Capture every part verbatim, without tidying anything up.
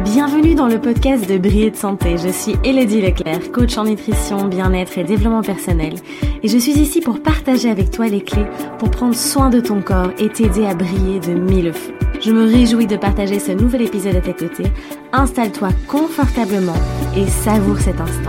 Bienvenue dans le podcast de Briller de Santé. Je suis Élodie Leclerc, coach en nutrition, bien-être et développement personnel. Et je suis ici pour partager avec toi les clés pour prendre soin de ton corps et t'aider à briller de mille feux. Je me réjouis de partager ce nouvel épisode à tes côtés. Installe-toi confortablement et savoure cet instant.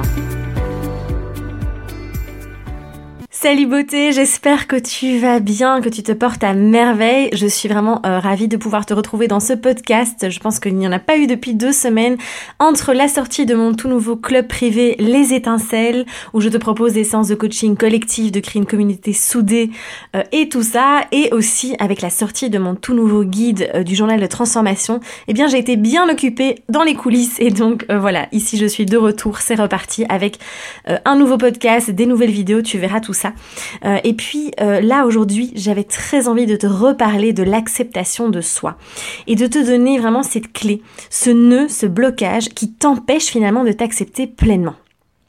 Salut beauté, j'espère que tu vas bien, que tu te portes à merveille. Je suis vraiment euh, ravie de pouvoir te retrouver dans ce podcast. Je pense qu'il n'y en a pas eu depuis deux semaines entre la sortie de mon tout nouveau club privé Les Étincelles, où je te propose des séances de coaching collectif, de créer une communauté soudée euh, et tout ça, et aussi avec la sortie de mon tout nouveau guide euh, du journal de transformation. Eh bien, j'ai été bien occupée dans les coulisses et donc euh, voilà, ici je suis de retour, c'est reparti avec euh, un nouveau podcast, des nouvelles vidéos, tu verras tout ça. Euh, et puis euh, là aujourd'hui j'avais très envie de te reparler de l'acceptation de soi et de te donner vraiment cette clé, ce nœud, ce blocage qui t'empêche finalement de t'accepter pleinement.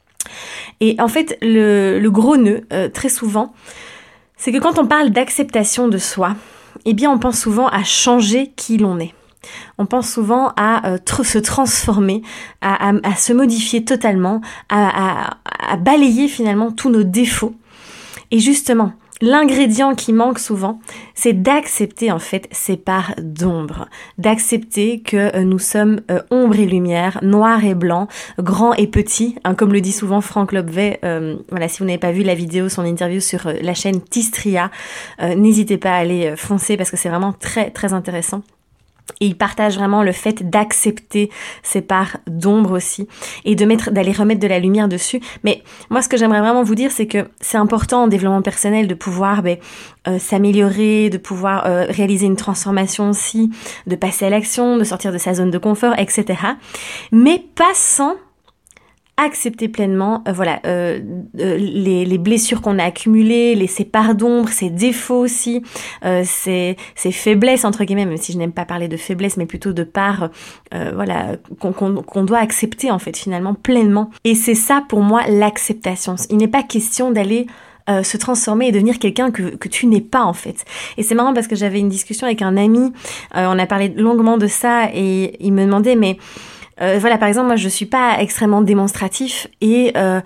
Et en fait le, le gros nœud euh, très souvent c'est que quand on parle d'acceptation de soi, eh bien on pense souvent à changer qui l'on est. On pense souvent à euh, tr- se transformer, à, à, à se modifier totalement, à, à, à balayer finalement tous nos défauts. Et justement, l'ingrédient qui manque souvent, c'est d'accepter en fait ces parts d'ombre, d'accepter que euh, nous sommes euh, ombre et lumière, noir et blanc, grand et petit, hein, comme le dit souvent Franck Lobvet. Euh, voilà, si vous n'avez pas vu la vidéo, son interview sur euh, la chaîne Tistria, euh, n'hésitez pas à aller euh, foncer parce que c'est vraiment très très intéressant. Et il partage vraiment le fait d'accepter ces parts d'ombre aussi et de mettre, d'aller remettre de la lumière dessus. Mais moi, ce que j'aimerais vraiment vous dire, c'est que c'est important en développement personnel de pouvoir ben, euh, s'améliorer, de pouvoir euh, réaliser une transformation aussi, de passer à l'action, de sortir de sa zone de confort, et cetera. Mais pas sans accepter pleinement euh, voilà euh, euh, les, les blessures qu'on a accumulées, les ces parts d'ombre, ces défauts aussi, euh, ces, ces faiblesses entre guillemets, même si je n'aime pas parler de faiblesse mais plutôt de parts euh, voilà qu'on, qu'on, qu'on doit accepter en fait finalement pleinement. Et c'est ça pour moi l'acceptation. Il n'est pas question d'aller Euh, se transformer et devenir quelqu'un que, que tu n'es pas en fait. Et c'est marrant parce que j'avais une discussion avec un ami, euh, on a parlé longuement de ça et il me demandait mais Euh, voilà, par exemple, moi, je suis pas extrêmement démonstratif et euh,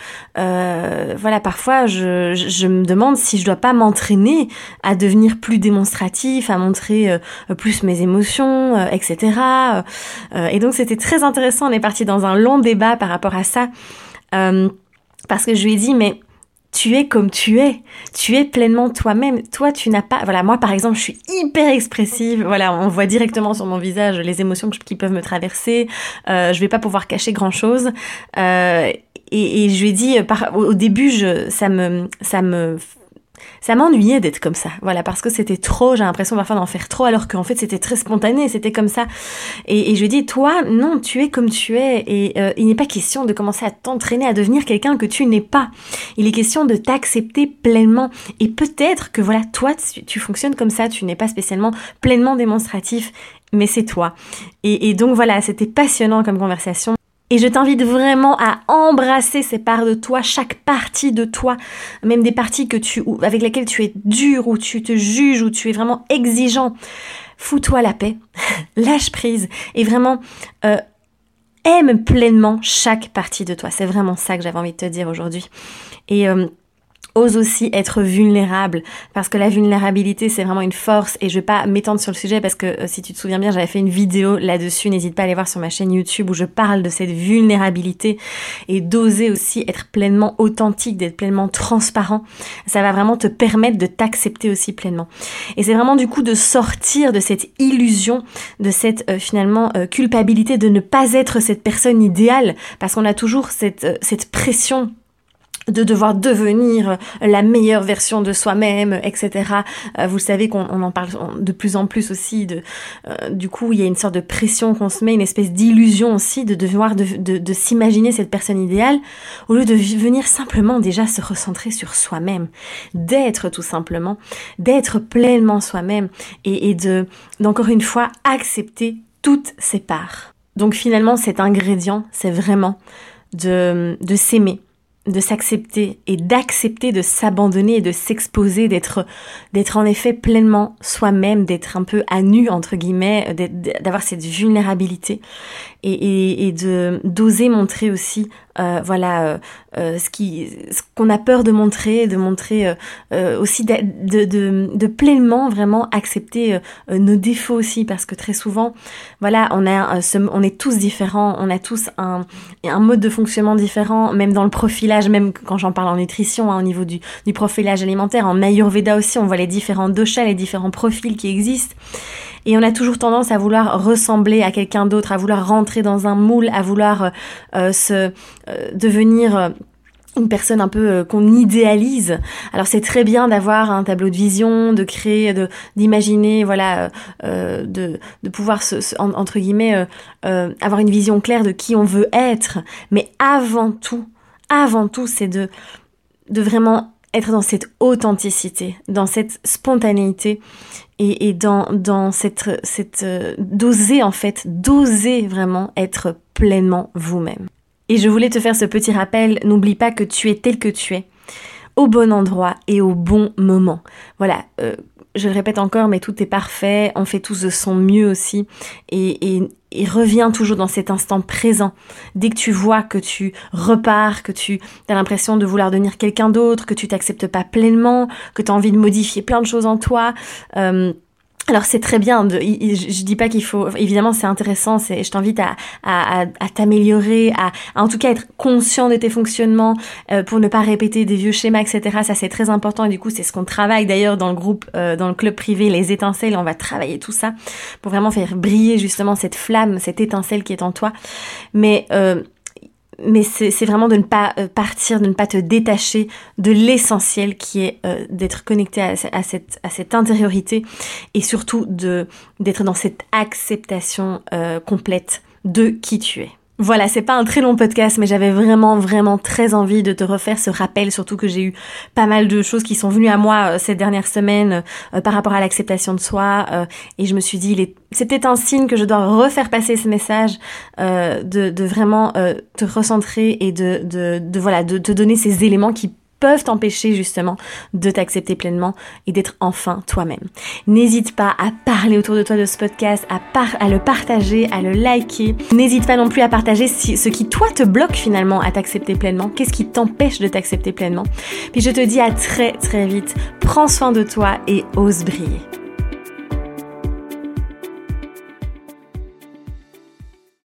euh, voilà, parfois, je, je, je me demande si je dois pas m'entraîner à devenir plus démonstratif, à montrer euh, plus mes émotions, euh, et cetera. Euh, et donc, c'était très intéressant. On est parti dans un long débat par rapport à ça euh, parce que je lui ai dit, mais tu es comme tu es, tu es pleinement toi-même. Toi, tu n'as pas... Voilà, moi, par exemple, je suis hyper expressive. Voilà, on voit directement sur mon visage les émotions qui peuvent me traverser. Euh, je vais pas pouvoir cacher grand-chose. Euh, et, et je lui ai dit, par, au début, je, ça me... Ça me Ça m'ennuyait d'être comme ça, voilà, parce que c'était trop, j'ai l'impression parfois d'en faire trop, alors qu'en fait c'était très spontané, c'était comme ça. Et, et je lui dis, toi, non, tu es comme tu es, et euh, il n'est pas question de commencer à t'entraîner à devenir quelqu'un que tu n'es pas. Il est question de t'accepter pleinement. Et peut-être que voilà, toi, tu, tu fonctionnes comme ça, tu n'es pas spécialement pleinement démonstratif, mais c'est toi. Et, et donc voilà, c'était passionnant comme conversation. Et je t'invite vraiment à embrasser ces parts de toi, chaque partie de toi, même des parties que tu, avec lesquelles tu es dur, où tu te juges, où tu es vraiment exigeant. Fous-toi la paix, lâche prise et vraiment euh, aime pleinement chaque partie de toi. C'est vraiment ça que j'avais envie de te dire aujourd'hui. Et euh, ose aussi être vulnérable parce que la vulnérabilité c'est vraiment une force et je vais pas m'étendre sur le sujet parce que euh, si tu te souviens bien j'avais fait une vidéo là-dessus, n'hésite pas à aller voir sur ma chaîne YouTube où je parle de cette vulnérabilité et d'oser aussi être pleinement authentique, d'être pleinement transparent. Ça va vraiment te permettre de t'accepter aussi pleinement et c'est vraiment du coup de sortir de cette illusion, de cette euh, finalement euh, culpabilité de ne pas être cette personne idéale parce qu'on a toujours cette, euh, cette pression de devoir devenir la meilleure version de soi-même, et cetera. Euh, vous savez qu'on on en parle de plus en plus aussi. De, euh, du coup, il y a une sorte de pression qu'on se met, une espèce d'illusion aussi de devoir de, de, de s'imaginer cette personne idéale, au lieu de venir simplement déjà se recentrer sur soi-même, d'être tout simplement, d'être pleinement soi-même et, et de d'encore une fois accepter toutes ses parts. Donc finalement, cet ingrédient, c'est vraiment de, de s'aimer. de s'accepter et d'accepter de s'abandonner et de s'exposer, d'être d'être en effet pleinement soi-même, d'être un peu à nu entre guillemets, d'avoir cette vulnérabilité et, et, et de d'oser montrer aussi euh, voilà euh, euh, ce qui ce qu'on a peur de montrer, de montrer euh, euh, aussi de, de, de, de pleinement vraiment accepter euh, nos défauts aussi, parce que très souvent voilà on a euh, ce, on est tous différents, on a tous un un mode de fonctionnement différent, même dans le profilage, même quand j'en parle en nutrition, hein, au niveau du, du profilage alimentaire, en Ayurveda aussi, on voit les différents doshas, les différents profils qui existent. Et on a toujours tendance à vouloir ressembler à quelqu'un d'autre, à vouloir rentrer dans un moule, à vouloir euh, se euh, devenir euh, une personne un peu euh, qu'on idéalise. Alors c'est très bien d'avoir un tableau de vision, de créer, de d'imaginer, voilà, euh, de de pouvoir se, se, en, entre guillemets euh, euh, avoir une vision claire de qui on veut être. Mais avant tout, avant tout, c'est de de vraiment être dans cette authenticité, dans cette spontanéité et, et dans dans cette cette euh, d'oser en fait, d'oser vraiment être pleinement vous-même. Et je voulais te faire ce petit rappel, n'oublie pas que tu es tel que tu es, au bon endroit et au bon moment. Voilà, euh, je le répète encore, mais tout est parfait, on fait tous de son mieux aussi, et, et, et reviens toujours dans cet instant présent. Dès que tu vois que tu repars, que tu as l'impression de vouloir devenir quelqu'un d'autre, que tu t'acceptes pas pleinement, que tu as envie de modifier plein de choses en toi, euh, alors c'est très bien, de, je dis pas qu'il faut, évidemment c'est intéressant, c'est, je t'invite à, à, à, à t'améliorer, à, à en tout cas être conscient de tes fonctionnements euh, pour ne pas répéter des vieux schémas, et cetera. Ça c'est très important et du coup c'est ce qu'on travaille d'ailleurs dans le groupe, euh, dans le club privé, les étincelles, on va travailler tout ça pour vraiment faire briller justement cette flamme, cette étincelle qui est en toi. Mais euh, Mais c'est, c'est vraiment de ne pas partir, de ne pas te détacher de l'essentiel qui est euh, d'être connecté à, à, cette, à cette intériorité et surtout de, d'être dans cette acceptation euh, complète de qui tu es. Voilà, c'est pas un très long podcast, mais j'avais vraiment, vraiment très envie de te refaire ce rappel, surtout que j'ai eu pas mal de choses qui sont venues à moi euh, ces dernières semaines euh, par rapport à l'acceptation de soi, euh, et je me suis dit, il est, c'est peut-être un signe que je dois refaire passer ce message, euh, de, de vraiment euh, te recentrer et de, de, de, voilà, de te donner ces éléments qui peuvent t'empêcher justement de t'accepter pleinement et d'être enfin toi-même. N'hésite pas à parler autour de toi de ce podcast, à, par- à le partager, à le liker. N'hésite pas non plus à partager si- ce qui toi te bloque finalement à t'accepter pleinement. Qu'est-ce qui t'empêche de t'accepter pleinement? Puis je te dis à très très vite. Prends soin de toi et ose briller.